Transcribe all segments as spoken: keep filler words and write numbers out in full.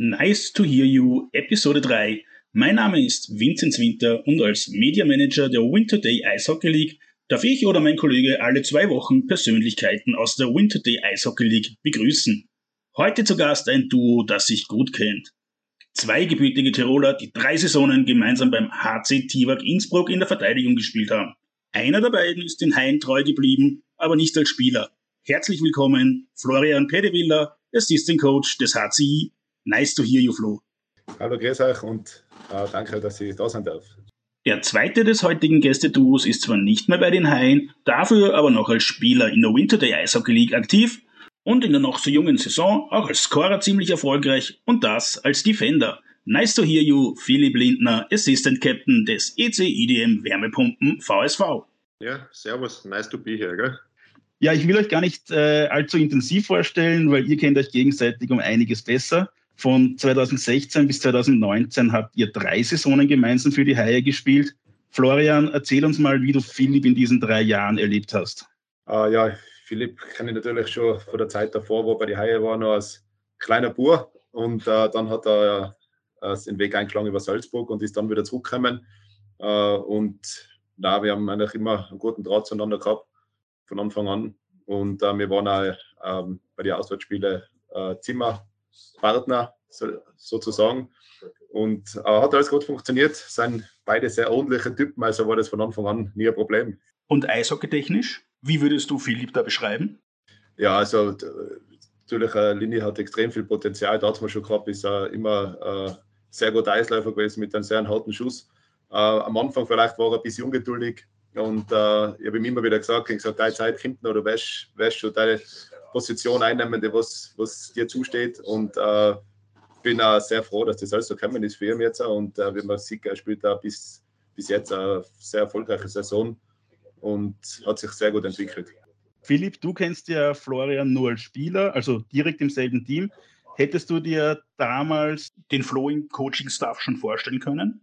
Nice to Hear You, Episode drei. Mein Name ist Vinzenz Winter und als Media Manager der Win Today Eishockey League darf ich oder mein Kollege alle zwei Wochen Persönlichkeiten aus der Win Today Eishockey League begrüßen. Heute zu Gast ein Duo, das sich gut kennt. Zwei gebürtige Tiroler, die drei Saisonen gemeinsam beim H C Tivak Innsbruck in der Verteidigung gespielt haben. Einer der beiden ist den Haien treu geblieben, aber nicht als Spieler. Herzlich willkommen, Florian Pedevilla, Assistant Coach des H C I. Nice to hear you, Flo. Hallo, grüß euch und äh, danke, dass ich da sein darf. Der zweite des heutigen Gästeduos ist zwar nicht mehr bei den Haien, dafür aber noch als Spieler in der Win Today Eishockey League aktiv und in der noch so jungen Saison auch als Scorer ziemlich erfolgreich und das als Defender. Nice to hear you, Philipp Lindner, Assistant Captain des E C I D M Wärmepumpen V S V. Ja, servus, nice to be here, gell? Ja, ich will euch gar nicht äh, allzu intensiv vorstellen, weil ihr kennt euch gegenseitig um einiges besser. Von zweitausendsechzehn bis zweitausendneunzehn habt ihr drei Saisonen gemeinsam für die Haie gespielt. Florian, erzähl uns mal, wie du Philipp in diesen drei Jahren erlebt hast. Uh, ja, Philipp kenne ich natürlich schon von der Zeit davor, wo er bei den Haie war, noch als kleiner Bub. Und uh, dann hat er uh, den Weg eingeschlagen über Salzburg und ist dann wieder zurückgekommen. Uh, und na, wir haben eigentlich immer einen guten Draht zueinander gehabt, von Anfang an. Und uh, wir waren auch uh, bei den Auswärtsspielen uh, Zimmerpartner so, sozusagen. Und äh, hat alles gut funktioniert. Sind beide sehr ordentliche Typen, also war das von Anfang an nie ein Problem. Und eishockeytechnisch? Wie würdest du Philipp da beschreiben? Ja, also natürlich, äh, Lini hat extrem viel Potenzial. Da hat man schon gehabt, ist äh, immer äh, sehr guter Eisläufer gewesen mit einem sehr harten Schuss. Äh, am Anfang vielleicht war er ein bisschen ungeduldig. Und äh, ich habe ihm immer wieder gesagt, ich gesagt, deine Zeit kommt noch, du wirst, wirst schon deine Position einnehmen, die was, was dir zusteht. Und äh, bin auch sehr froh, dass das alles so gekommen ist für ihn jetzt. Und äh, wie man sieht, er spielt auch bis, bis jetzt eine sehr erfolgreiche Saison und hat sich sehr gut entwickelt. Philipp, du kennst ja Florian nur als Spieler, also direkt im selben Team. Hättest du dir damals den Flo im Coaching-Staff schon vorstellen können?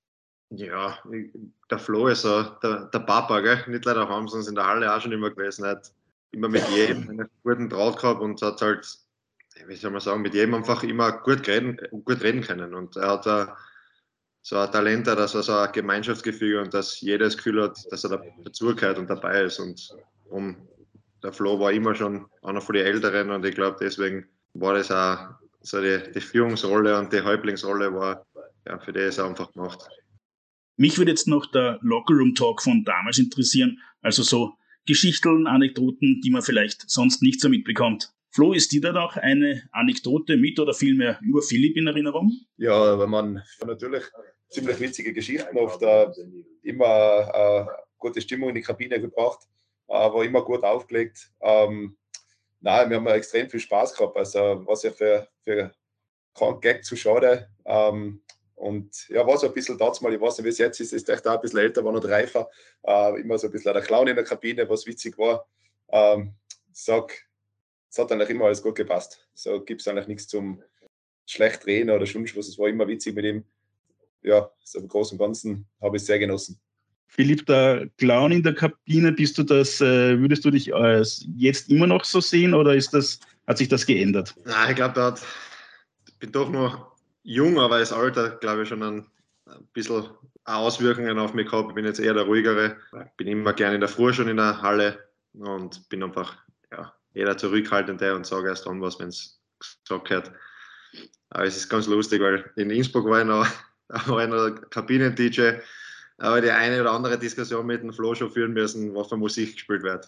Ja, der Flo ist so der, der Papa, gell? Nicht leider haben sie uns in der Halle auch schon immer gewesen. Er hat immer mit jedem einen guten Draht gehabt und hat halt, wie soll man sagen, mit jedem einfach immer gut reden, gut reden können. Und er hat uh, so ein Talent, dass er so ein Gemeinschaftsgefühl und dass jeder das Gefühl hat, dass er dazugehört und dabei ist. Und um, der Flo war immer schon einer von den Älteren und ich glaube, deswegen war das auch so die, die Führungsrolle und die Häuptlingsrolle war ja, für die ist er einfach gemacht. Mich würde jetzt noch der Lockerroom-Talk von damals interessieren, also so Geschichten, Anekdoten, die man vielleicht sonst nicht so mitbekommt. Flo, ist dir da noch eine Anekdote mit oder vielmehr über Philipp in Erinnerung? Ja, weil man natürlich ziemlich witzige Geschichten oft äh, immer äh, gute Stimmung in die Kabine gebracht, äh, war immer gut aufgelegt. Ähm, nein, wir haben extrem viel Spaß gehabt, also was ja für, für kein Gag zu schade. Ähm, Und ja, war so ein bisschen damals mal, ich weiß nicht, wie es jetzt ist, ist echt auch ein bisschen älter, war noch reifer. Äh, immer so ein bisschen der Clown in der Kabine, was witzig war. Ähm, ich sag, es hat eigentlich immer alles gut gepasst. So gibt es eigentlich nichts zum schlecht reden oder sonst was. Es war immer witzig mit ihm. Ja, so im Großen und Ganzen habe ich es sehr genossen. Philipp, der Clown in der Kabine, bist du das, äh, würdest du dich als jetzt immer noch so sehen oder ist das, hat sich das geändert? Nein, ich glaube, da hat, ich bin doch noch jung, aber das Alter, glaube ich, schon ein, ein bisschen Auswirkungen auf mich gehabt. Ich bin jetzt eher der ruhigere. Ich bin immer gerne in der Früh schon in der Halle und bin einfach ja, eher zurückhaltender und sage erst dann was, wenn es gesagt wird. Aber es ist ganz lustig, weil in Innsbruck war ich noch, war ich noch Kabinen-D J, aber die eine oder andere Diskussion mit dem Flo schon führen müssen, was für Musik gespielt wird.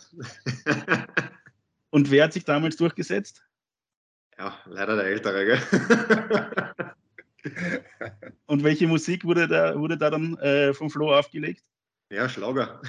Und wer hat sich damals durchgesetzt? Ja, leider der Ältere, gell? Und welche Musik wurde da, wurde da dann äh, vom Flo aufgelegt? Ja, Schlager.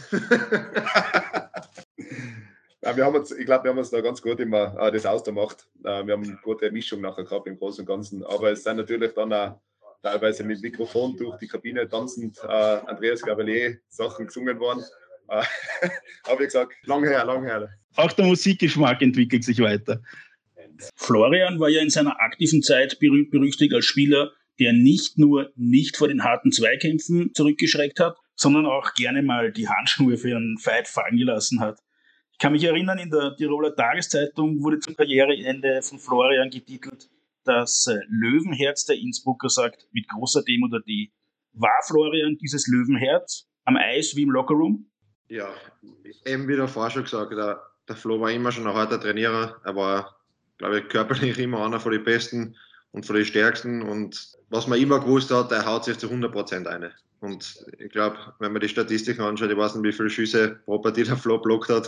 Ja, wir haben uns, ich glaube, wir haben uns da ganz gut immer äh, das ausgemacht. Äh, wir haben eine gute Mischung nachher gehabt im Großen und Ganzen. Aber es sind natürlich dann auch teilweise mit Mikrofon durch die Kabine tanzend äh, Andreas Gavalier Sachen gesungen worden. Äh, habe ich gesagt, lang her, lang her. Auch der Musikgeschmack entwickelt sich weiter. Florian war ja in seiner aktiven Zeit berühmt-berüchtigt als Spieler, der nicht nur nicht vor den harten Zweikämpfen zurückgeschreckt hat, sondern auch gerne mal die Handschuhe für einen Fight fallen gelassen hat. Ich kann mich erinnern, in der Tiroler Tageszeitung wurde zum Karriereende von Florian getitelt: das äh, Löwenherz der Innsbrucker sagt, mit großer D oder D. War Florian dieses Löwenherz am Eis wie im Lockerroom? Ja, eben wie der vorher schon gesagt, der, der Flo war immer schon ein harter Trainierer. Er war, glaube ich, körperlich immer einer von den Besten und von den Stärksten. Und was man immer gewusst hat, er haut sich zu hundert Prozent ein. Und ich glaube, wenn man die Statistiken anschaut, ich weiß nicht, wie viele Schüsse pro Partie der Flo blockt hat.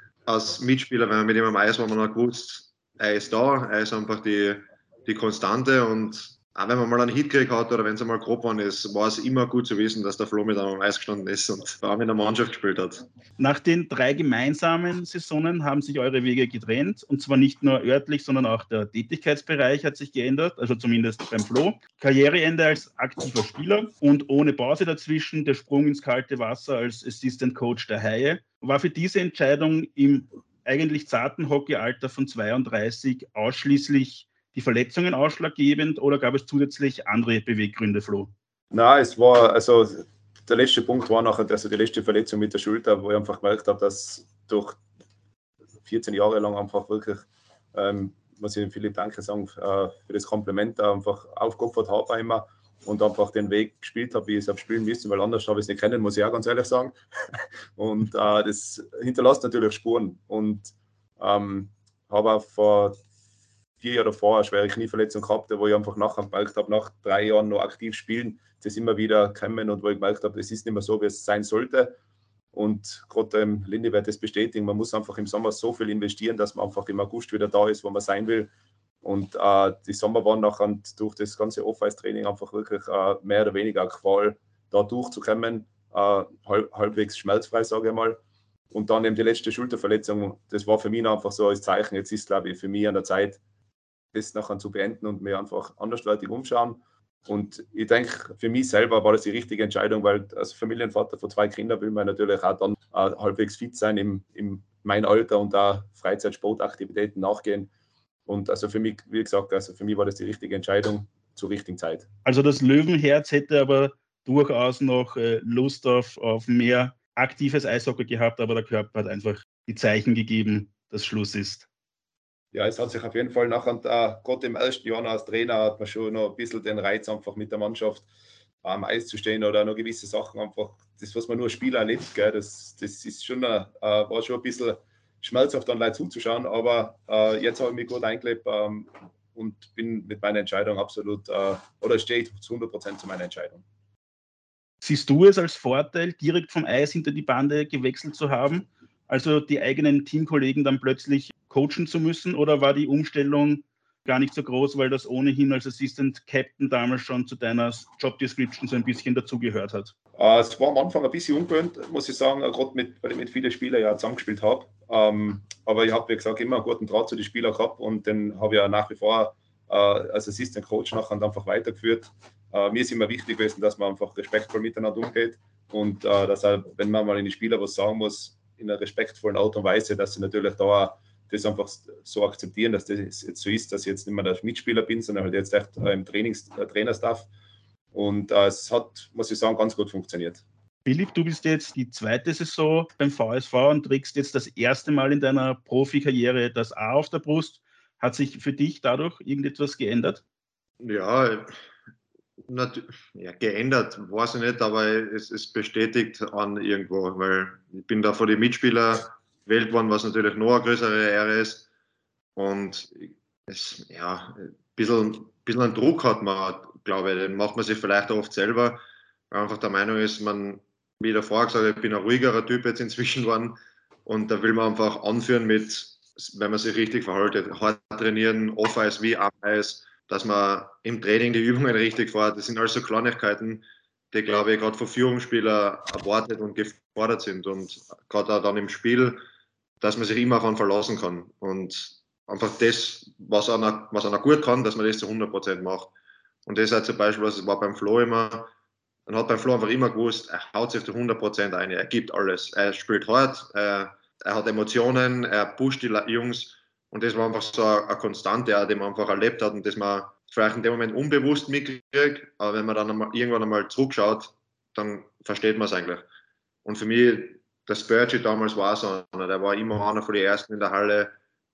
Als Mitspieler, wenn man mit ihm am Eis war, man noch gewusst, er ist da, er ist einfach die, die Konstante. Und auch wenn man mal einen Hit gekriegt hat oder wenn es einmal grob war, ist, war es immer gut zu wissen, dass der Flo mit einem am Eis gestanden ist und vor allem in der Mannschaft gespielt hat. Nach den drei gemeinsamen Saisonen haben sich eure Wege getrennt, und zwar nicht nur örtlich, sondern auch der Tätigkeitsbereich hat sich geändert, also zumindest beim Flo. Karriereende als aktiver Spieler und ohne Pause dazwischen der Sprung ins kalte Wasser als Assistant Coach der Haie. War für diese Entscheidung im eigentlich zarten Hockeyalter von zweiunddreißig ausschließlich die Verletzungen ausschlaggebend oder gab es zusätzlich andere Beweggründe, Flo? Nein, es war, also der letzte Punkt war nachher, also die letzte Verletzung mit der Schulter, wo ich einfach gemerkt habe, dass durch vierzehn Jahre lang einfach wirklich, ähm, muss ich Philipp Danke sagen, äh, für das Kompliment einfach aufgeopfert habe immer und einfach den Weg gespielt habe, wie ich es habe spielen müssen, weil anders habe ich es nicht kennen, muss ich auch ganz ehrlich sagen. Und äh, das hinterlässt natürlich Spuren. Und ähm, habe auch vor vier Jahre davor eine schwere Knieverletzung gehabt, wo ich einfach nachher gemerkt habe, nach drei Jahren noch aktiv spielen, das immer wieder kommen und wo ich gemerkt habe, das ist nicht mehr so, wie es sein sollte. Und gerade ähm, Lindy wird das bestätigen, man muss einfach im Sommer so viel investieren, dass man einfach im August wieder da ist, wo man sein will. Und äh, die Sommer waren nachher durch das ganze Off-Ice-Training einfach wirklich äh, mehr oder weniger eine Qual, da durchzukommen, äh, halb, halbwegs schmerzfrei, sage ich mal. Und dann eben die letzte Schulterverletzung, das war für mich einfach so als Zeichen, jetzt ist, glaube ich, für mich an der Zeit, das nachher zu beenden und mir einfach andersweitig umschauen. Und ich denke, für mich selber war das die richtige Entscheidung, weil als Familienvater von zwei Kindern will man natürlich auch dann äh, halbwegs fit sein im, im mein Alter und da Freizeitsportaktivitäten nachgehen. Und also für mich, wie gesagt, also für mich war das die richtige Entscheidung zur richtigen Zeit. Also das Löwenherz hätte aber durchaus noch äh, Lust auf, auf mehr aktives Eishockey gehabt, aber der Körper hat einfach die Zeichen gegeben, dass Schluss ist. Ja, es hat sich auf jeden Fall nachher, äh, gerade im ersten Jahr als Trainer, hat man schon noch ein bisschen den Reiz, einfach mit der Mannschaft am Eis zu stehen oder noch gewisse Sachen einfach, das, was man nur als Spieler erlebt, gell, das, das ist schon, äh, war schon ein bisschen schmerzhaft dann Leute zuzuschauen, aber äh, jetzt habe ich mich gut eingelebt ähm, und bin mit meiner Entscheidung absolut, äh, oder stehe ich zu hundert Prozent zu meiner Entscheidung. Siehst du es als Vorteil, direkt vom Eis hinter die Bande gewechselt zu haben, also die eigenen Teamkollegen dann plötzlich coachen zu müssen, oder war die Umstellung gar nicht so groß, weil das ohnehin als Assistant Captain damals schon zu deiner Job Description so ein bisschen dazugehört hat? Äh, es war am Anfang ein bisschen ungewöhnt, muss ich sagen, gerade mit, weil ich mit vielen Spielern ja zusammengespielt habe. Ähm, aber ich habe, wie gesagt, immer einen guten Draht zu den Spielern gehabt und den habe ich ja nach wie vor äh, als Assistant Coach nachher einfach weitergeführt. Äh, mir ist immer wichtig gewesen, dass man einfach respektvoll miteinander umgeht und äh, dass er, wenn man mal in die Spieler was sagen muss, in einer respektvollen Art und Weise, dass sie natürlich da das einfach so akzeptieren, dass das jetzt so ist, dass ich jetzt nicht mehr der Mitspieler bin, sondern halt jetzt echt äh, im Trainings, äh, Trainerstaff. Und äh, es hat, muss ich sagen, ganz gut funktioniert. Philipp, du bist jetzt die zweite Saison beim V S V und trägst jetzt das erste Mal in deiner Profikarriere das A auf der Brust. Hat sich für dich dadurch irgendetwas geändert? Ja, ja, geändert, weiß ich nicht, aber es ist bestätigt an irgendwo, weil ich bin da vor die Mitspieler gewählt worden, was natürlich noch eine größere Ehre ist. Und es, ja, ein bisschen, bisschen einen Druck hat man, glaube ich, den macht man sich vielleicht auch oft selber, weil man einfach der Meinung ist, man, wie davor gesagt, ich bin ein ruhigerer Typ jetzt inzwischen geworden und da will man einfach anführen mit, wenn man sich richtig verhält, hart trainieren, Off-Eis wie Am-Eis, dass man im Training die Übungen richtig fährt. Das sind alles so Kleinigkeiten, die, glaube ich, gerade von Führungsspielern erwartet und gefordert sind. Und gerade auch dann im Spiel, dass man sich immer auf einen verlassen kann. Und einfach das, was einer, was einer gut kann, dass man das zu hundert Prozent macht. Und das ist halt zum Beispiel, was war beim Flo immer, man hat beim Flo einfach immer gewusst, er haut sich zu hundert Prozent ein, er gibt alles. Er spielt hart, er, er hat Emotionen, er pusht die Jungs. Und das war einfach so eine Konstante, die man einfach erlebt hat und das man vielleicht in dem Moment unbewusst mitkriegt, aber wenn man dann einmal, irgendwann einmal zurückschaut, dann versteht man es eigentlich. Und für mich, der Spurgeon damals war so einer, der war immer einer von den Ersten in der Halle,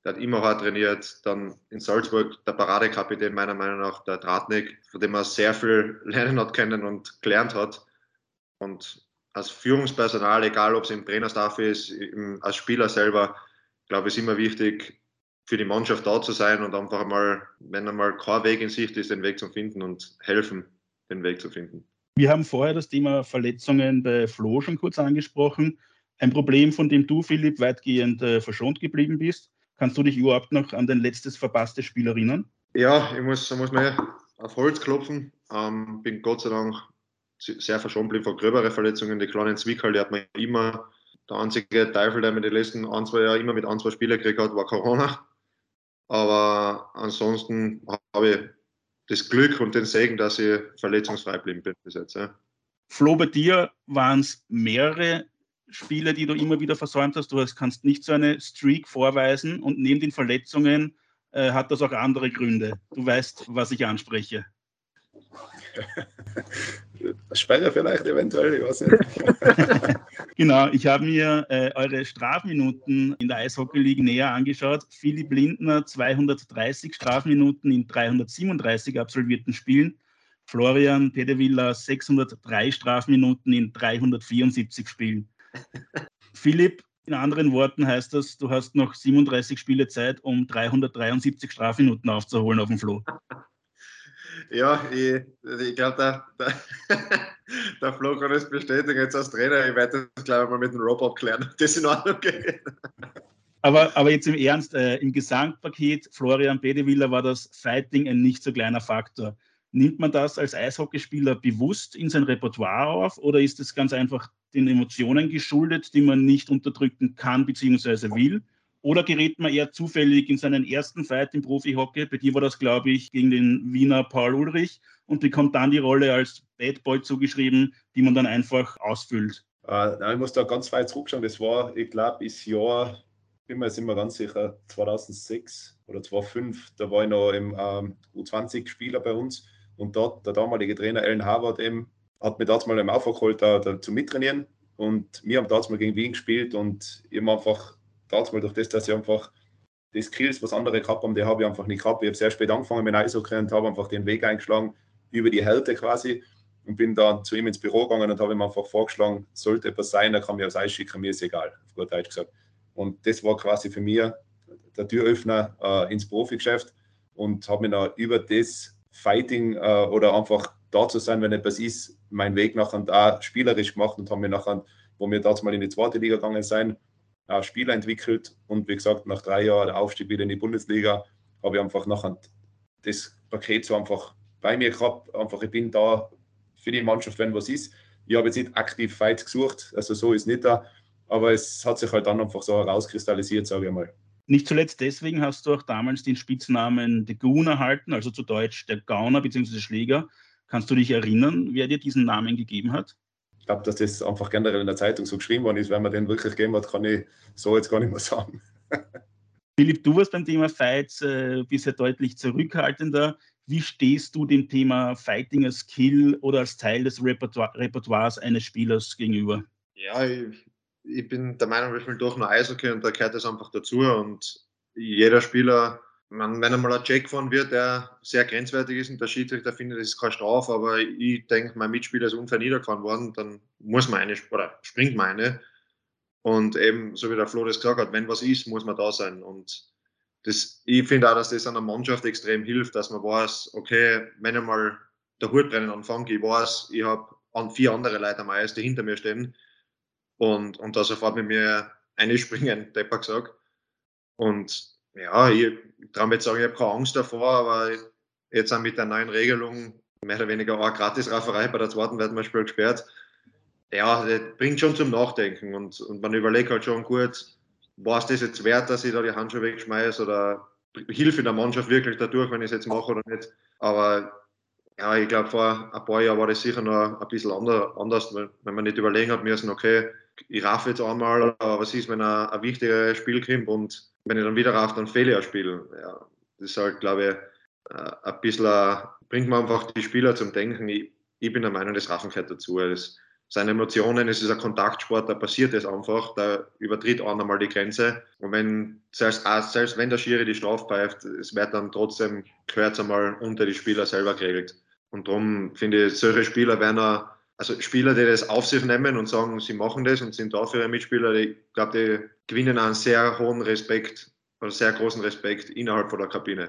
der hat immer hart trainiert. Dann in Salzburg der Paradekapitän meiner Meinung nach, der Tratnik, von dem er sehr viel lernen hat können und gelernt hat. Und als Führungspersonal, egal ob es im Trainerstaff ist, im, als Spieler selber, glaube ich, ist immer wichtig, für die Mannschaft da zu sein und einfach mal, wenn einmal kein Weg in Sicht ist, den Weg zu finden und helfen, den Weg zu finden. Wir haben vorher das Thema Verletzungen bei Flo schon kurz angesprochen. Ein Problem, von dem du, Philipp, weitgehend äh, verschont geblieben bist. Kannst du dich überhaupt noch an dein letztes verpasstes Spiel erinnern? Ja, ich muss, muss mir auf Holz klopfen. Ähm, bin Gott sei Dank sehr verschont geblieben von gröberen Verletzungen. Die kleinen Zwickerl, die hat man immer. Der einzige Teufel, der mir die letzten ein, zwei Jahre immer mit ein, zwei Spielen gekriegt hat, war Corona. Aber ansonsten habe ich das Glück und den Segen, dass ich verletzungsfrei geblieben bin bis jetzt. Ja. Flo, bei dir waren es mehrere Spiele, die du immer wieder versäumt hast. Du hast, kannst nicht so eine Streak vorweisen und neben den Verletzungen äh, hat das auch andere Gründe. Du weißt, was ich anspreche. Sperre vielleicht eventuell, ich weiß nicht. Genau, ich habe mir äh, eure Strafminuten in der Eishockey League näher angeschaut. Philipp Lindner zweihundertdreißig Strafminuten in dreihundertsiebenunddreißig absolvierten Spielen. Florian Pedevilla sechshundertdrei Strafminuten in dreihundertvierundsiebzig Spielen. Philipp, in anderen Worten heißt das, du hast noch siebenunddreißig Spiele Zeit, um dreihundertdreiundsiebzig Strafminuten aufzuholen auf dem Flo. Ja, ich, ich glaube, der, der, der Flo kann das bestätigen. Jetzt als Trainer, ich werde das, glaube ich, mal mit dem Rob abklären, ob das in Ordnung geht. Aber, aber jetzt im Ernst, äh, im Gesamtpaket Florian Pedevilla war das Fighting ein nicht so kleiner Faktor. Nimmt man das als Eishockeyspieler bewusst in sein Repertoire auf oder ist es ganz einfach den Emotionen geschuldet, die man nicht unterdrücken kann bzw. will? Oder gerät man eher zufällig in seinen ersten Fight im Profi-Hockey? Bei dir war das, glaube ich, gegen den Wiener Paul Ulrich und bekommt dann die Rolle als Bad Boy zugeschrieben, die man dann einfach ausfüllt. Äh, nein, ich muss da ganz weit zurückschauen. Das war, ich glaube, bis Jahr, bin mir jetzt immer ganz sicher, zweitausendsechs oder zweitausendfünf. Da war ich noch im ähm, U zwanzig-Spieler bei uns. Und dort der damalige Trainer Alan Harvard eben, hat mich damals mal im Auftrag geholt, da, da zu mittrainieren. Und wir haben damals mal gegen Wien gespielt und ich habe einfach damals mal durch das, dass ich einfach die Skills, was andere gehabt haben, die habe ich einfach nicht gehabt. Ich habe sehr spät angefangen mit Eishockey und habe einfach den Weg eingeschlagen, über die Härte quasi. Und bin dann zu ihm ins Büro gegangen und habe ihm einfach vorgeschlagen, sollte etwas sein, er kann mir aufs Eis schicken, mir ist egal, auf gut Deutsch gesagt. Und das war quasi für mich der Türöffner äh, ins Profigeschäft und habe mir dann über das Fighting äh, oder einfach da zu sein, wenn etwas ist, meinen Weg nachher da spielerisch gemacht und habe mir nachher, wo wir damals mal in die zweite Liga gegangen sind, äh, Spieler entwickelt und wie gesagt, nach drei Jahren der Aufstieg wieder in die Bundesliga, habe ich einfach nachher das Paket so einfach bei mir gehabt, einfach ich bin da für die Mannschaft, wenn was ist. Ich habe jetzt nicht aktiv Fights gesucht, also so ist nicht da, aber es hat sich halt dann einfach so herauskristallisiert, sage ich mal. Nicht zuletzt deswegen hast du auch damals den Spitznamen The Goon erhalten, also zu Deutsch der Gauner bzw. Schläger. Kannst du dich erinnern, wer dir diesen Namen gegeben hat? Ich glaube, dass das einfach generell in der Zeitung so geschrieben worden ist. Wenn man den wirklich gegeben hat, kann ich so jetzt gar nicht mehr sagen. Philipp, du warst beim Thema Fights äh, bisher deutlich zurückhaltender. Wie stehst du dem Thema Fighting als Skill oder als Teil des Repertoire, Repertoires eines Spielers gegenüber? Ja, ich, ich bin der Meinung, wir spielen doch nur Eishockey und da gehört das einfach dazu. Und jeder Spieler, man, wenn einmal ein Check gefahren wird, der sehr grenzwertig ist und der Schiedsrichter findet, das ist keine Strafe, aber ich denke, mein Mitspieler ist unfair niedergefahren worden, dann muss man eine, oder springt man eine. Und eben, so wie der Flo das gesagt hat, wenn was ist, muss man da sein. Und das, ich finde auch, dass das einer Mannschaft extrem hilft, dass man weiß, okay, wenn einmal der Hutbrennen anfängt, ich weiß, ich habe an vier andere Leute am Eis, die hinter mir stehen und, und da sofort mit mir einspringen, Depper gesagt. Und ja, ich traue mir jetzt sagen, ich habe keine Angst davor, aber jetzt auch mit der neuen Regelung, mehr oder weniger eine Gratisrauferei, bei der zweiten wird man Spiel gesperrt. Ja, das bringt schon zum Nachdenken und, und man überlegt halt schon gut, war es das jetzt wert, dass ich da die Handschuhe wegschmeiße oder hilfe der Mannschaft wirklich dadurch, wenn ich es jetzt mache oder nicht. Aber ja, ich glaube, vor ein paar Jahren war das sicher noch ein bisschen anders, wenn man nicht überlegen hat müssen, okay, ich raff jetzt einmal, aber was ist, wenn ein, ein wichtiges Spiel kommt und wenn ich dann wieder raff, dann fehle ich ein Spiel. Ja, das ist halt, glaube ich, ein bisschen, bringt man einfach die Spieler zum Denken. Ich, ich bin der Meinung, das Raffen gehört dazu. Das, seine Emotionen, es ist ein Kontaktsport, da passiert es einfach, da übertritt einer mal die Grenze. Und wenn, selbst, selbst wenn der Schiri die Strafe pfeift, es wird dann trotzdem, gehört es einmal unter die Spieler selber geregelt. Und darum finde ich, solche Spieler werden auch, also Spieler, die das auf sich nehmen und sagen, sie machen das und sind da für ihre Mitspieler, ich glaube, die gewinnen einen sehr hohen Respekt, oder sehr großen Respekt innerhalb von der Kabine.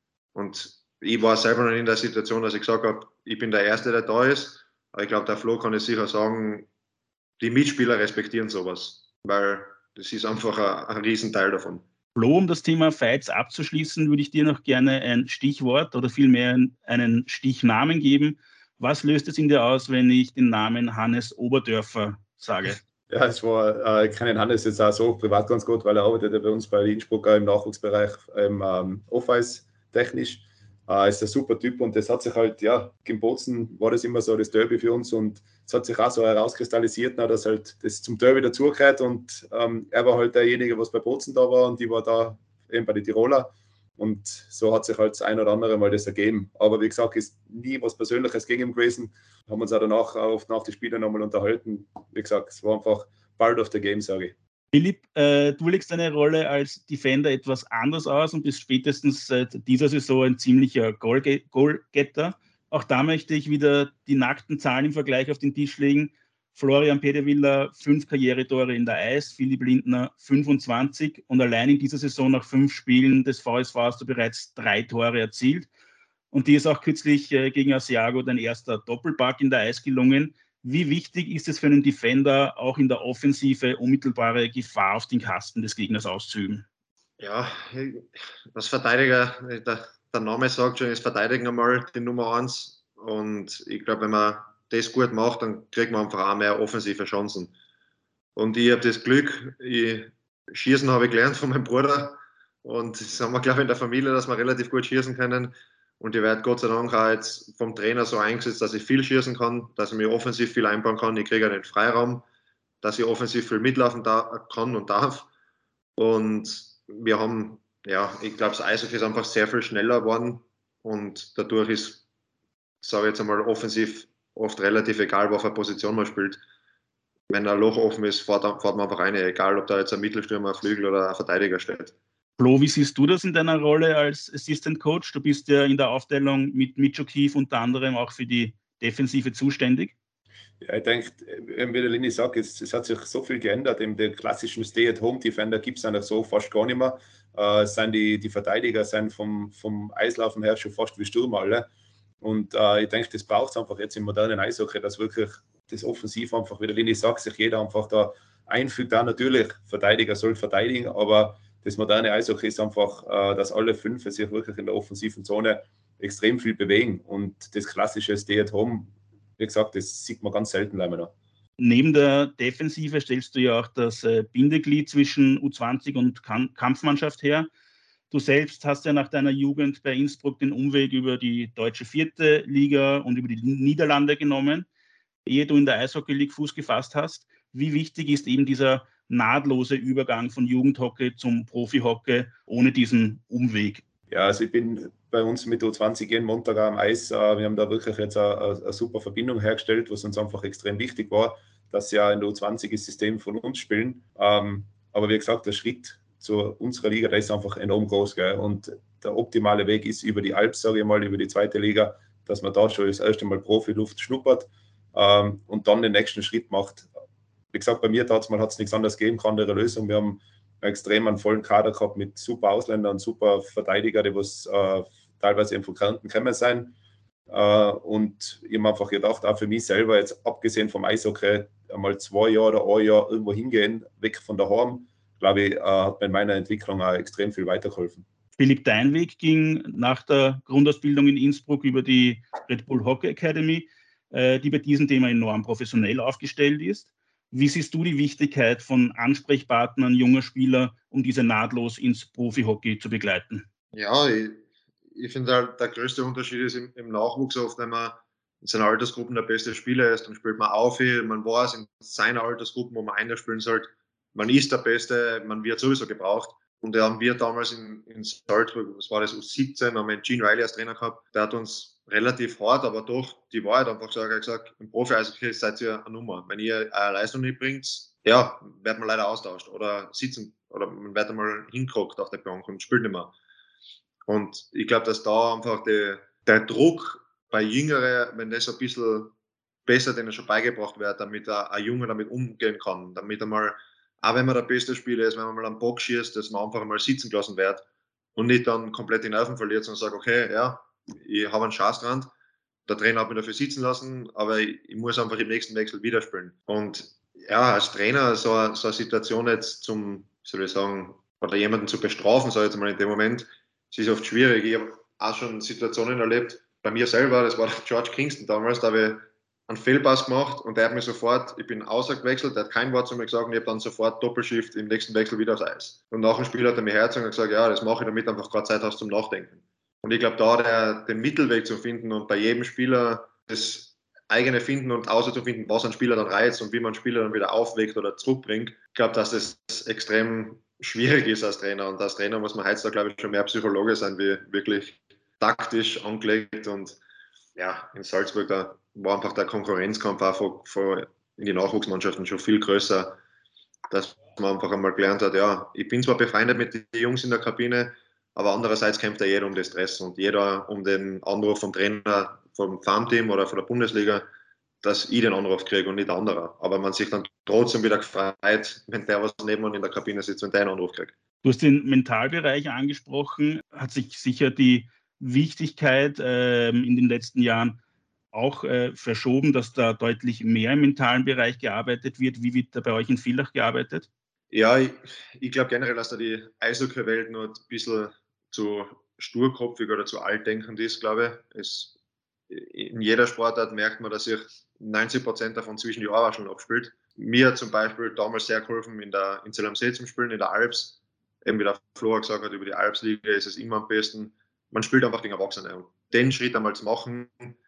Und ich war selber noch in der Situation, dass ich gesagt habe, ich bin der Erste, der da ist. Aber ich glaube, der Flo kann es sicher sagen, die Mitspieler respektieren sowas, weil das ist einfach ein, ein Riesenteil davon. Flo, um das Thema Fights abzuschließen, würde ich dir noch gerne ein Stichwort oder vielmehr einen Stichnamen geben. Was löst es in dir aus, wenn ich den Namen Hannes Oberdörfer sage? Ja, es war, äh, ich kenne Hannes jetzt auch so privat ganz gut, weil er arbeitet ja bei uns bei Innsbruck im Nachwuchsbereich im ähm, Off-Ice technisch. Äh, ist ein super Typ und das hat sich halt, ja, in Bozen war das immer so das Derby für uns und es hat sich auch so herauskristallisiert, dass halt das zum Derby dazugehört und ähm, er war halt derjenige, was bei Bozen da war und ich war da eben bei den Tiroler und so hat sich halt das ein oder andere Mal das ergeben. Aber wie gesagt, ist nie was Persönliches gegen ihn gewesen. Haben uns auch danach oft nach den Spielen nochmal unterhalten. Wie gesagt, es war einfach part of the game, sage ich. Philipp, äh, du legst deine Rolle als Defender etwas anders aus und bist spätestens seit dieser Saison ein ziemlicher Goalgetter. Auch da möchte ich wieder die nackten Zahlen im Vergleich auf den Tisch legen. Florian Pedewiller, fünf Karrieretore in der Eis, Philipp Lindner fünfundzwanzig und allein in dieser Saison nach fünf Spielen des V S V hast du bereits drei Tore erzielt. Und dir ist auch kürzlich äh, gegen Asiago dein erster Doppelpack in der Eis gelungen. Wie wichtig ist es für einen Defender, auch in der Offensive unmittelbare Gefahr auf den Kasten des Gegners auszuüben? Ja, als Verteidiger, der, der Name sagt schon, ist Verteidigen einmal die Nummer eins. Und ich glaube, wenn man das gut macht, dann kriegt man einfach auch mehr offensive Chancen. Und ich habe das Glück, ich, Schießen habe ich gelernt von meinem Bruder. Und das haben wir, glaube ich, in der Familie, dass wir relativ gut schießen können. Und ich werde Gott sei Dank auch jetzt vom Trainer so eingesetzt, dass ich viel schießen kann, dass ich mir offensiv viel einbauen kann. Ich kriege den Freiraum, dass ich offensiv viel mitlaufen da, kann und darf. Und wir haben, ja, ich glaube, das Eishockey ist einfach sehr viel schneller geworden. Und dadurch ist, sage ich jetzt einmal, offensiv oft relativ egal, auf welcher Position man spielt. Wenn ein Loch offen ist, fährt, fährt man einfach rein, egal ob da jetzt ein Mittelstürmer, ein Flügel oder ein Verteidiger steht. Flo, wie siehst du das in deiner Rolle als Assistant Coach? Du bist ja in der Aufteilung mit Mitch O'Keefe unter anderem auch für die Defensive zuständig. Ja, ich denke, wie der Lini sagt, es, es hat sich so viel geändert. In den klassischen Stay-at-Home-Defender gibt es eigentlich so fast gar nicht mehr. Äh, es sind die, die Verteidiger sind vom, vom Eislaufen her schon fast wie Stürmer alle. Und äh, ich denke, das braucht es einfach jetzt im modernen Eishockey, dass wirklich das Offensiv einfach, wie der Lini sagt, sich jeder einfach da einfügt. Da natürlich, Verteidiger soll verteidigen, aber das moderne Eishockey ist einfach, äh, dass alle fünf sich wirklich in der offensiven Zone extrem viel bewegen. Und das klassische Stay-at-Home, wie gesagt, das sieht man ganz selten leider noch. Neben der Defensive stellst du ja auch das Bindeglied zwischen U zwanzig und Kampfmannschaft her. Du selbst hast ja nach deiner Jugend bei Innsbruck den Umweg über die deutsche vierte Liga und über die Niederlande genommen, ehe du in der Eishockey League Fuß gefasst hast. Wie wichtig ist eben dieser nahtlose Übergang von Jugendhockey zum Profihockey ohne diesen Umweg? Ja, also ich bin bei uns mit U zwanzig jeden Montag am Eis. Wir haben da wirklich jetzt eine, eine super Verbindung hergestellt, was uns einfach extrem wichtig war, dass sie ja in der U zwanzig das System von uns spielen. Aber wie gesagt, der Schritt zu unserer Liga, der ist einfach enorm groß. Gell? Und der optimale Weg ist über die Alps, sage ich mal, über die zweite Liga, dass man da schon das erste Mal Profiluft schnuppert und dann den nächsten Schritt macht. Wie gesagt, bei mir damals hat es nichts anderes gegeben, keine andere Lösung. Wir haben extrem einen vollen Kader gehabt mit super Ausländern, super Verteidiger, die was äh, teilweise eben von Kärnten gekommen sein. Äh, und ich habe einfach gedacht, auch für mich selber, jetzt abgesehen vom Eishockey, einmal zwei Jahre oder ein Jahr irgendwo hingehen, weg von daheim, glaube ich, äh, hat mir in meiner Entwicklung auch extrem viel weitergeholfen. Philipp, dein Weg ging nach der Grundausbildung in Innsbruck über die Red Bull Hockey Academy, äh, die bei diesem Thema enorm professionell aufgestellt ist. Wie siehst du die Wichtigkeit von Ansprechpartnern junger Spieler, um diese nahtlos ins Profi-Hockey zu begleiten? Ja, ich, ich finde halt, der größte Unterschied ist im, im Nachwuchs oft, wenn man in seiner Altersgruppen der beste Spieler ist, dann spielt man auf, man weiß in seiner Altersgruppen, wo man einer spielen sollte, man ist der Beste, man wird sowieso gebraucht. Und da haben wir damals in, in Salzburg, was war das, U siebzehn, haben wir einen Gene Riley als Trainer gehabt, der hat uns relativ hart, aber doch die Wahrheit einfach gesagt, er hat gesagt, im Profi-Eishockey seid ihr eine Nummer. Wenn ihr eine Leistung nicht bringt, ja, wird man leider austauscht oder sitzen oder man wird einmal hingerockt auf der Bank und spielt nicht mehr. Und ich glaube, dass da einfach die, der Druck bei Jüngeren, wenn das ein bisschen besser denen schon beigebracht wird, damit ein Junge damit umgehen kann, damit er mal, auch wenn man der beste Spieler ist, wenn man mal einen Bock schießt, dass man einfach mal sitzen gelassen wird und nicht dann komplett die Nerven verliert, sondern sagt, okay, ja, ich habe einen Schaß dran, der Trainer hat mich dafür sitzen lassen, aber ich, ich muss einfach im nächsten Wechsel wieder spielen. Und ja, als Trainer so, so eine Situation jetzt zum, soll ich sagen, oder jemanden zu bestrafen, sage ich jetzt mal in dem Moment, es ist oft schwierig. Ich habe auch schon Situationen erlebt, bei mir selber, das war der George Kingston damals, da habe ich einen Fehlpass gemacht und der hat mir sofort, ich bin ausgewechselt, der hat kein Wort zu mir gesagt und ich habe dann sofort Doppelshift im nächsten Wechsel wieder aufs Eis. Und nach dem Spiel hat er mir hergezogen und gesagt, ja, das mache ich, damit einfach gerade Zeit hast zum Nachdenken. Und ich glaube, da der, den Mittelweg zu finden und bei jedem Spieler das eigene finden und auszufinden, was ein Spieler dann reizt und wie man einen Spieler dann wieder aufweckt oder zurückbringt, ich glaube, dass das extrem schwierig ist als Trainer. Und als Trainer muss man heutzutage, glaube ich, schon mehr Psychologe sein, wie wirklich taktisch angelegt. Und ja, in Salzburg, da war einfach der Konkurrenzkampf auch von, von in die Nachwuchsmannschaften schon viel größer, dass man einfach einmal gelernt hat, ja, ich bin zwar befreundet mit den Jungs in der Kabine, aber andererseits kämpft ja jeder um das Stress und jeder um den Anruf vom Trainer, vom Farmteam oder von der Bundesliga, dass ich den Anruf kriege und nicht der andere. Aber man sich dann trotzdem wieder gefreut, wenn der was neben mir in der Kabine sitzt und der einen Anruf kriegt. Du hast den Mentalbereich angesprochen. Hat sich sicher die Wichtigkeit ähm, in den letzten Jahren auch äh, verschoben, dass da deutlich mehr im mentalen Bereich gearbeitet wird. Wie wird da bei euch in Villach gearbeitet? Ja, ich, ich glaube generell, dass da die Eishockey-Welt noch ein bisschen zu sturkopfig oder zu altdenkend ist, glaube ich. Es, in jeder Sportart merkt man, dass sich neunzig Prozent davon zwischen die Ohrwascheln abspielt. Mir hat zum Beispiel damals sehr geholfen, in der in Zell am See zum Spielen, in der Alps. Eben wie der Flo gesagt hat, über die Alpsliga ist es immer am besten. Man spielt einfach gegen Erwachsene. Und den Schritt einmal zu machen,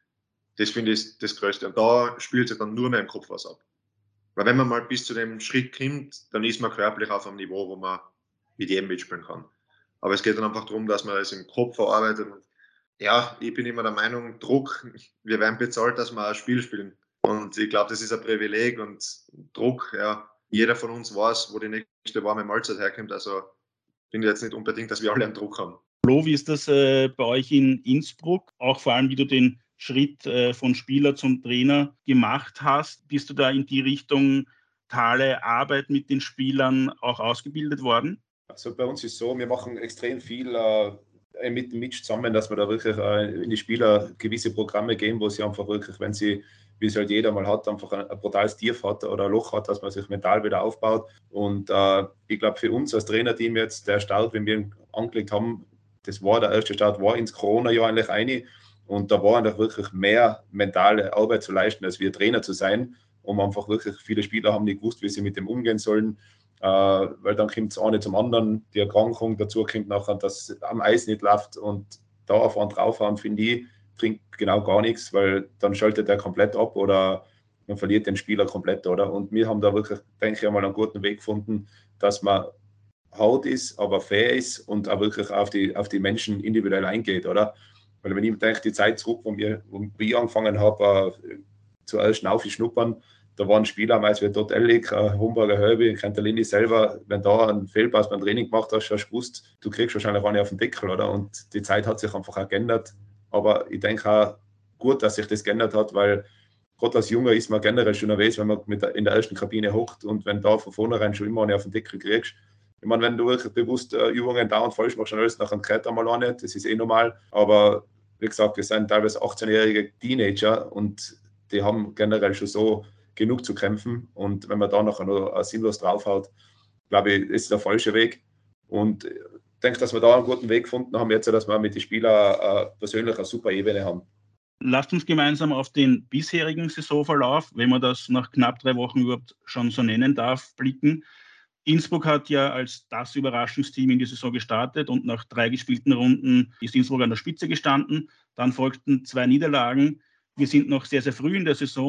das finde ich das Größte. Und da spielt sich dann nur mehr im Kopf was ab. Weil wenn man mal bis zu dem Schritt kommt, dann ist man körperlich auf einem Niveau, wo man mit jedem mitspielen kann. Aber es geht dann einfach darum, dass man es im Kopf verarbeitet. Und ja, ich bin immer der Meinung, Druck, wir werden bezahlt, dass wir ein Spiel spielen. Und ich glaube, das ist ein Privileg und Druck, ja, jeder von uns weiß, wo die nächste warme Mahlzeit herkommt. Also finde ich jetzt nicht unbedingt, dass wir alle einen Druck haben. Flo, wie ist das äh, bei euch in Innsbruck? Auch vor allem, wie du den Schritt äh, von Spieler zum Trainer gemacht hast. Bist du da in die Richtung mentale Arbeit mit den Spielern auch ausgebildet worden? Also bei uns ist es so, wir machen extrem viel äh, mit dem Mitch zusammen, dass wir da wirklich äh, in die Spieler gewisse Programme geben, wo sie einfach wirklich, wenn sie, wie es halt jeder mal hat, einfach ein, ein brutales Tief hat oder ein Loch hat, dass man sich mental wieder aufbaut. Und äh, ich glaube, für uns als Trainerteam jetzt, der Start, wenn wir ihn angelegt haben, das war der erste Start, war ins Corona-Jahr eigentlich eine. Und da war einfach wirklich mehr mentale Arbeit zu leisten, als wir Trainer zu sein, um einfach wirklich, viele Spieler haben nicht gewusst, wie sie mit dem umgehen sollen. Äh, weil dann kommt es eine zum anderen, die Erkrankung, dazu kommt nachher, dass am Eis nicht läuft und da auf einen draufhauen, finde ich, bringt genau gar nichts, weil dann schaltet er komplett ab oder man verliert den Spieler komplett, oder? Und wir haben da wirklich, denke ich, einmal einen guten Weg gefunden, dass man hart ist, aber fair ist und auch wirklich auf die, auf die Menschen individuell eingeht, oder? Weil wenn ich denke, die Zeit zurück, wo, wir, wo ich angefangen habe, äh, zuerst aufzuschnuppern, da waren Spieler, meist wie dort Ellig, Homburger Hölbe, Cantalini selber, wenn da ein Fehlpass beim Training gemacht hast, hast du gewusst, du kriegst wahrscheinlich eine auf den Deckel, oder? Und die Zeit hat sich einfach auch geändert. Aber ich denke auch gut, dass sich das geändert hat, weil gerade als Junger ist man generell schon nervös, wenn man mit der, in der ersten Kabine hockt und wenn da von vornherein schon immer eine auf den Deckel kriegst. Ich meine, wenn du wirklich bewusst äh, Übungen da und falsch machst, dann alles nach einem Kräter mal auch nicht, das ist eh normal. Aber wie gesagt, wir sind teilweise achtzehnjährige Teenager und die haben generell schon so genug zu kämpfen. Und wenn man da nachher noch sinnlos draufhaut, glaube ich, ist der falsche Weg. Und ich denke, dass wir da einen guten Weg gefunden haben, jetzt, dass wir mit den Spielern äh, persönlich eine super Ebene haben. Lasst uns gemeinsam auf den bisherigen Saisonverlauf, wenn man das nach knapp drei Wochen überhaupt schon so nennen darf, blicken. Innsbruck hat ja als das Überraschungsteam in die Saison gestartet und nach drei gespielten Runden ist Innsbruck an der Spitze gestanden. Dann folgten zwei Niederlagen. Wir sind noch sehr, sehr früh in der Saison.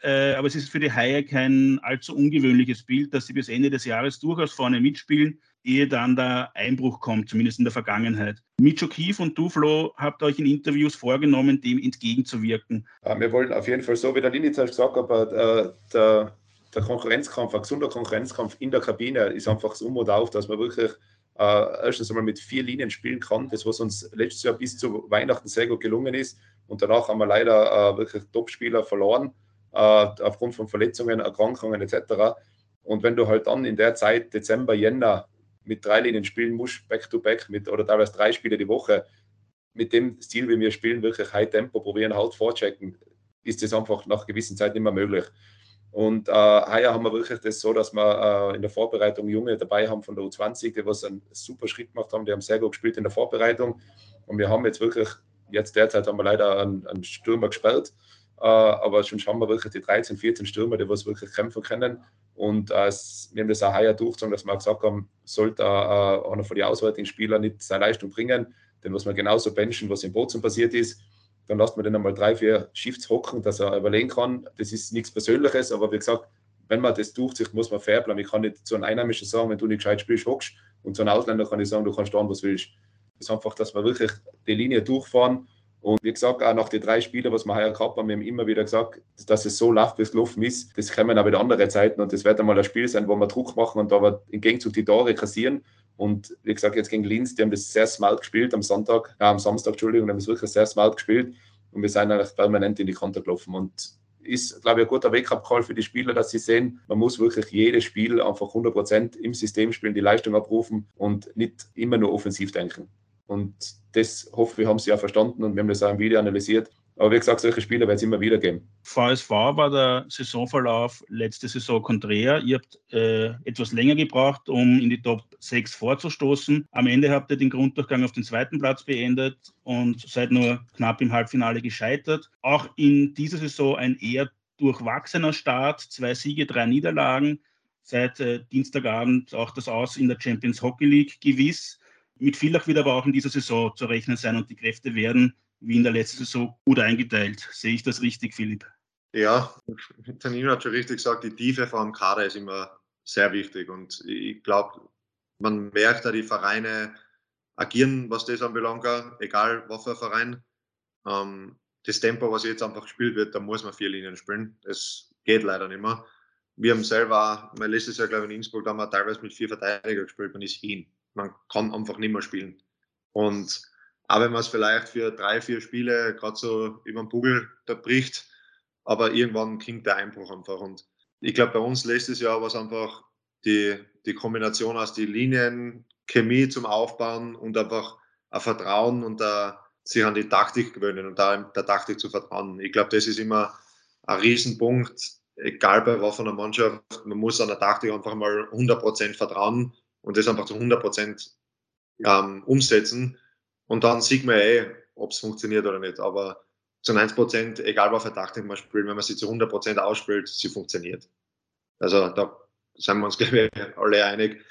äh, aber es ist für die Haie kein allzu ungewöhnliches Bild, dass sie bis Ende des Jahres durchaus vorne mitspielen, ehe dann der Einbruch kommt, zumindest in der Vergangenheit. Mitch O'Keefe und du, Flo, habt euch in Interviews vorgenommen, dem entgegenzuwirken. Ja, wir wollen auf jeden Fall, so wie der Lini zuerst gesagt hat, äh, der, der Konkurrenzkampf, ein gesunder Konkurrenzkampf in der Kabine ist einfach das Um und Auf, dass man wirklich äh, erstens einmal mit vier Linien spielen kann, das was uns letztes Jahr bis zu Weihnachten sehr gut gelungen ist. Und danach haben wir leider äh, wirklich Top-Spieler verloren, äh, aufgrund von Verletzungen, Erkrankungen et cetera. Und wenn du halt dann in der Zeit, Dezember, Jänner, mit drei Linien spielen musst, back-to-back, mit oder teilweise drei Spiele die Woche, mit dem Stil, wie wir spielen, wirklich High Tempo probieren, halt vorchecken, ist das einfach nach gewissen Zeit nicht mehr möglich. Und äh, heuer haben wir wirklich das so, dass wir äh, in der Vorbereitung Junge dabei haben von der U zwanzig, die was einen super Schritt gemacht haben, die haben sehr gut gespielt in der Vorbereitung. Und wir haben jetzt wirklich, jetzt derzeit haben wir leider einen, einen Stürmer gesperrt, äh, aber schon haben wir wirklich die dreizehn, vierzehn Stürmer, die was wirklich kämpfen können. Und äh, wir haben das auch heuer durchgezogen, dass wir gesagt haben, sollte äh, einer von den auswärtigen Spielern nicht seine Leistung bringen, den muss man genauso benchen, was in Bozen passiert ist. Dann lasst man den einmal drei, vier Shifts hocken, dass er überlegen kann. Das ist nichts Persönliches, aber wie gesagt, wenn man das durchzieht, muss man fair bleiben. Ich kann nicht zu einem Einheimischen sagen, wenn du nicht gescheit spielst, hockst. Und zu einem Ausländer kann ich sagen, du kannst tun, was du willst. Das ist einfach, dass wir wirklich die Linie durchfahren. Und wie gesagt, auch nach den drei Spielen, was wir heuer gehabt haben, wir haben immer wieder gesagt, dass es so läuft, wie es gelaufen ist. Das kommen auch wieder andere Zeiten und das wird einmal ein Spiel sein, wo wir Druck machen und aber im Gegenzug die Tore kassieren. Und wie gesagt, jetzt gegen Linz, die haben das sehr smart gespielt am Sonntag, äh, am Samstag, Entschuldigung, die haben das wirklich sehr smart gespielt und wir sind eigentlich permanent in die Konter gelaufen. Und ist, glaube ich, ein guter Wake-up-Call für die Spieler, dass sie sehen, man muss wirklich jedes Spiel einfach hundert Prozent im System spielen, die Leistung abrufen und nicht immer nur offensiv denken. Und das hoffe ich, haben sie auch verstanden und wir haben das auch im Video analysiert. Aber wie gesagt, solche Spiele wird es immer wieder geben. V S V war der Saisonverlauf letzte Saison konträr. Ihr habt äh, etwas länger gebraucht, um in die Top sechs vorzustoßen. Am Ende habt ihr den Grunddurchgang auf den zweiten Platz beendet und seid nur knapp im Halbfinale gescheitert. Auch in dieser Saison ein eher durchwachsener Start, zwei Siege, drei Niederlagen. Seit äh, Dienstagabend auch das Aus in der Champions Hockey League gewiss. Mit Villach wird aber auch in dieser Saison zu rechnen sein und die Kräfte werden wie in der letzten Saison gut eingeteilt. Sehe ich das richtig, Philipp? Ja, der Nino hat schon richtig gesagt, die Tiefe vom Kader ist immer sehr wichtig und ich glaube, man merkt da, die Vereine agieren, was das anbelangt, egal was für ein Verein. Ähm, das Tempo, was jetzt einfach gespielt wird, da muss man vier Linien spielen. Das geht leider nicht mehr. Wir haben selber, mein letztes Jahr, glaube ich, in Innsbruck, da haben wir teilweise mit vier Verteidiger gespielt, man ist hin. Man kann einfach nicht mehr spielen. Und auch wenn man es vielleicht für drei, vier Spiele gerade so über den Bugel da bricht, aber irgendwann klingt der Einbruch einfach. Und ich glaube, bei uns letztes Jahr war es einfach die, die Kombination aus die Linien, Chemie zum Aufbauen und einfach ein Vertrauen und ein, sich an die Taktik gewöhnen und da der Taktik zu vertrauen. Ich glaube, das ist immer ein Riesenpunkt, egal bei was von der Mannschaft. Man muss an der Taktik einfach mal hundert Prozent vertrauen und das einfach zu hundert Prozent ähm, umsetzen. Und dann sieht man eh, ob es funktioniert oder nicht. Aber zu neunzig Prozent, egal was für Taktik man spielt, wenn man sie zu hundert Prozent ausspielt, sie funktioniert. Also da sind wir uns, glaube ich, alle einig.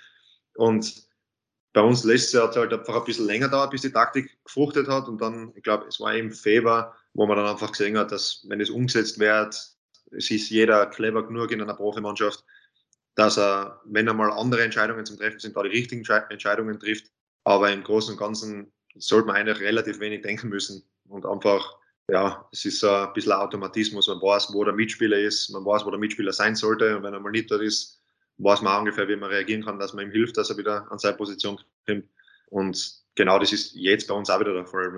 Und bei uns letztes Jahr hat es halt einfach ein bisschen länger dauert, bis die Taktik gefruchtet hat. Und dann, ich glaube, es war im Februar, wo man dann einfach gesehen hat, dass, wenn es umgesetzt wird, es ist jeder clever genug in einer Profimannschaft, dass er, wenn er mal andere Entscheidungen zum Treffen sind, da die richtigen Entscheidungen trifft. Aber im Großen und Ganzen sollte man eigentlich relativ wenig denken müssen. Und einfach, ja, es ist so ein bisschen Automatismus. Man weiß, wo der Mitspieler ist, man weiß, wo der Mitspieler sein sollte. Und wenn er mal nicht dort ist, weiß man ungefähr, wie man reagieren kann, dass man ihm hilft, dass er wieder an seine Position kommt. Und genau das ist jetzt bei uns auch wieder der Fall.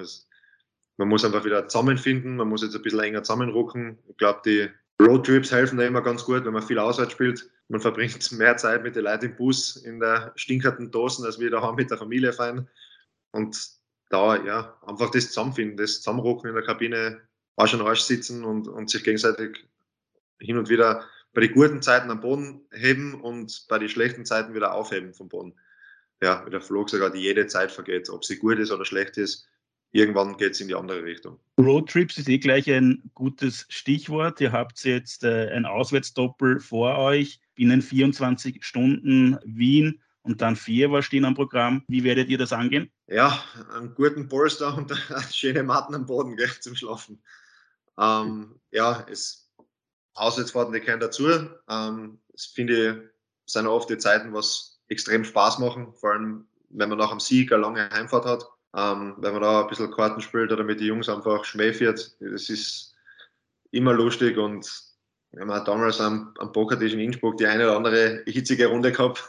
Man muss einfach wieder zusammenfinden, man muss jetzt ein bisschen enger zusammenrücken. Ich glaube, die Roadtrips helfen da immer ganz gut, wenn man viel auswärts spielt. Man verbringt mehr Zeit mit den Leuten im Bus in der stinkenden Dosen, als wir daheim mit der Familie feiern. Und da, ja, einfach das Zusammenfinden, das Zusammenrücken in der Kabine, Arsch an Arsch sitzen und, und sich gegenseitig hin und wieder bei den guten Zeiten am Boden heben und bei den schlechten Zeiten wieder aufheben vom Boden. Ja, wie der Flo gesagt hat, jede Zeit vergeht, ob sie gut ist oder schlecht ist. Irgendwann geht es in die andere Richtung. Roadtrips ist eh gleich ein gutes Stichwort. Ihr habt jetzt äh, ein Auswärtsdoppel vor euch, binnen vierundzwanzig Stunden Wien und dann Vierer stehen am Programm. Wie werdet ihr das angehen? Ja, einen guten Polster und schöne Matten am Boden, gell, zum Schlafen. Ähm, ja, es, Auswärtsfahrten, die gehören dazu. Ähm, das finde ich, sind oft die Zeiten, was extrem Spaß machen, vor allem wenn man nach dem Sieg eine lange Heimfahrt hat. Ähm, wenn man da ein bisschen Karten spielt oder mit den Jungs einfach Schmäh fährt, das ist immer lustig. Und wir haben auch damals am, am Pokertisch in Innsbruck die eine oder andere hitzige Runde gehabt.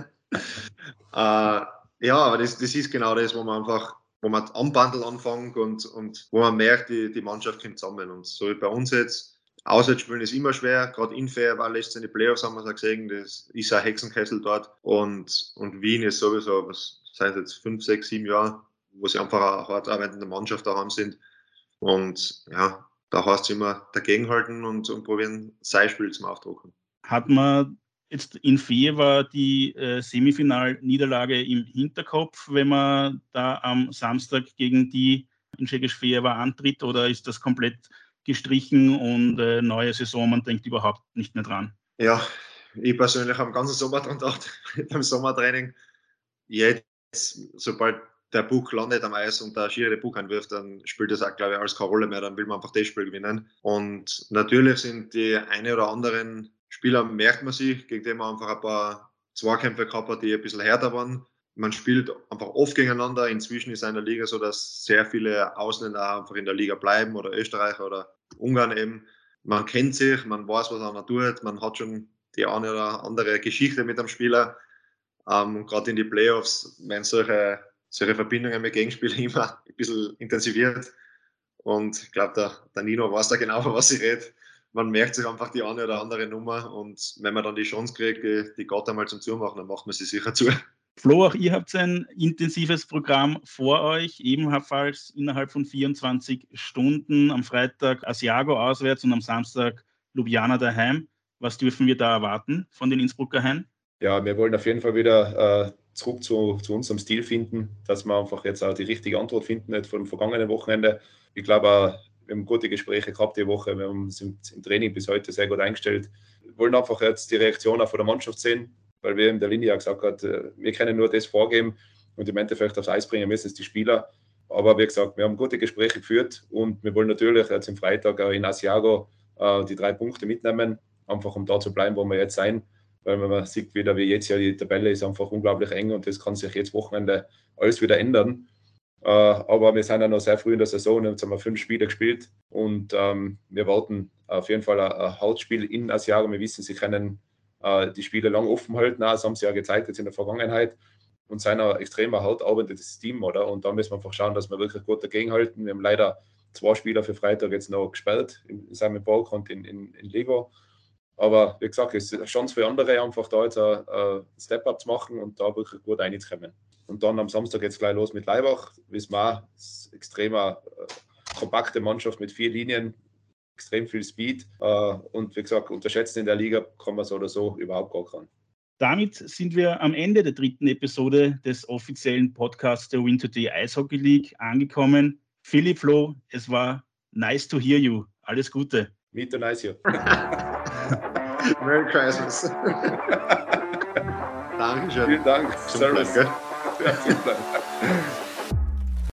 äh, ja, aber das, das ist genau das, wo man einfach, wo man am Bandel anfängt und, und wo man merkt, die, die Mannschaft kommt zusammen. Und so wie bei uns jetzt, Auswärtsspielen ist immer schwer, gerade in Fair war letztes in die Playoffs, haben wir es gesehen, das ist ein Hexenkessel dort. Und, und Wien ist sowieso, was seit jetzt fünf, sechs, sieben Jahren, wo sie einfach eine hart arbeitende Mannschaft daheim sind. Und ja, da heißt es immer dagegenhalten und, und probieren, sein Spiel zum Aufdrucken. Hat man jetzt in Fair war die äh, Semifinalniederlage im Hinterkopf, wenn man da am Samstag gegen die in Schägisch Fair war antritt, oder ist das komplett gestrichen und äh, neue Saison, man denkt überhaupt nicht mehr dran? Ja, ich persönlich habe den ganzen Sommer dran gedacht, beim Sommertraining. Jetzt, sobald der Puck landet am Eis und der Schiri den Puck anwirft, dann spielt das auch, glaube ich, alles keine Rolle mehr. Dann will man einfach das Spiel gewinnen. Und natürlich sind die eine oder anderen Spieler, merkt man sich, gegen die man einfach ein paar Zweikämpfe gehabt hat, die ein bisschen härter waren. Man spielt einfach oft gegeneinander. Inzwischen ist es in der Liga so, dass sehr viele Ausländer einfach in der Liga bleiben oder Österreicher oder Ungarn eben. Man kennt sich, man weiß, was einer tut, man hat schon die eine oder andere Geschichte mit dem Spieler. Ähm, und gerade in die Playoffs werden solche, solche Verbindungen mit Gegenspielern immer ein bisschen intensiviert. Und ich glaube, der, der Nino weiß da genau, von was ich rede. Man merkt sich einfach die eine oder andere Nummer, und wenn man dann die Chance kriegt, die, die Gott einmal zum Zumachen, dann macht man sie sicher zu. Flo, auch ihr habt ein intensives Programm vor euch, ebenfalls innerhalb von vierundzwanzig Stunden. Am Freitag Asiago auswärts und am Samstag Ljubljana daheim. Was dürfen wir da erwarten von den Innsbrucker Haien? Ja, wir wollen auf jeden Fall wieder äh, zurück zu, zu unserem Stil finden, dass wir einfach jetzt auch die richtige Antwort finden, nicht vom vergangenen Wochenende. Ich glaube auch, wir haben gute Gespräche gehabt die Woche, wir haben uns im, im Training bis heute sehr gut eingestellt. Wir wollen einfach jetzt die Reaktion auch von der Mannschaft sehen, weil wir in der Linie ja gesagt haben, wir können nur das vorgeben und im Endeffekt aufs Eis bringen müssen es die Spieler. Aber wie gesagt, wir haben gute Gespräche geführt und wir wollen natürlich jetzt am Freitag in Asiago äh, die drei Punkte mitnehmen, einfach um da zu bleiben, wo wir jetzt sein. Weil man sieht wieder, wie jetzt ja die Tabelle ist einfach unglaublich eng und das kann sich jetzt Wochenende alles wieder ändern. Äh, aber wir sind ja noch sehr früh in der Saison, jetzt haben wir fünf Spiele gespielt und ähm, wir warten auf jeden Fall ein, ein Hauptspiel in Asiago. Wir wissen, sie können äh, die Spiele lang offen halten, das haben sie ja gezeigt jetzt in der Vergangenheit und sind ein extrem hart arbeitendes Team, oder? Und da müssen wir einfach schauen, dass wir wirklich gut dagegenhalten. Wir haben leider zwei Spieler für Freitag jetzt noch gesperrt, in Simon Park und in, in, in Lego. Aber wie gesagt, es ist eine Chance für andere, einfach da jetzt ein Step-Up zu machen und da wirklich gut reinzukommen. Und dann am Samstag geht es gleich los mit Laibach. Wissen wir auch, es ist eine extrem äh, kompakte Mannschaft mit vier Linien, extrem viel Speed. Äh, und wie gesagt, unterschätzt in der Liga kann man so oder so überhaupt gar keinen. Damit sind wir am Ende der dritten Episode des offiziellen Podcasts der Win Today Eishockey League angekommen. Philipp, Flo, es war nice to hear you. Alles Gute. Meet the nice here. Merry Christmas. Dankeschön. Vielen Dank. Servus. Ja,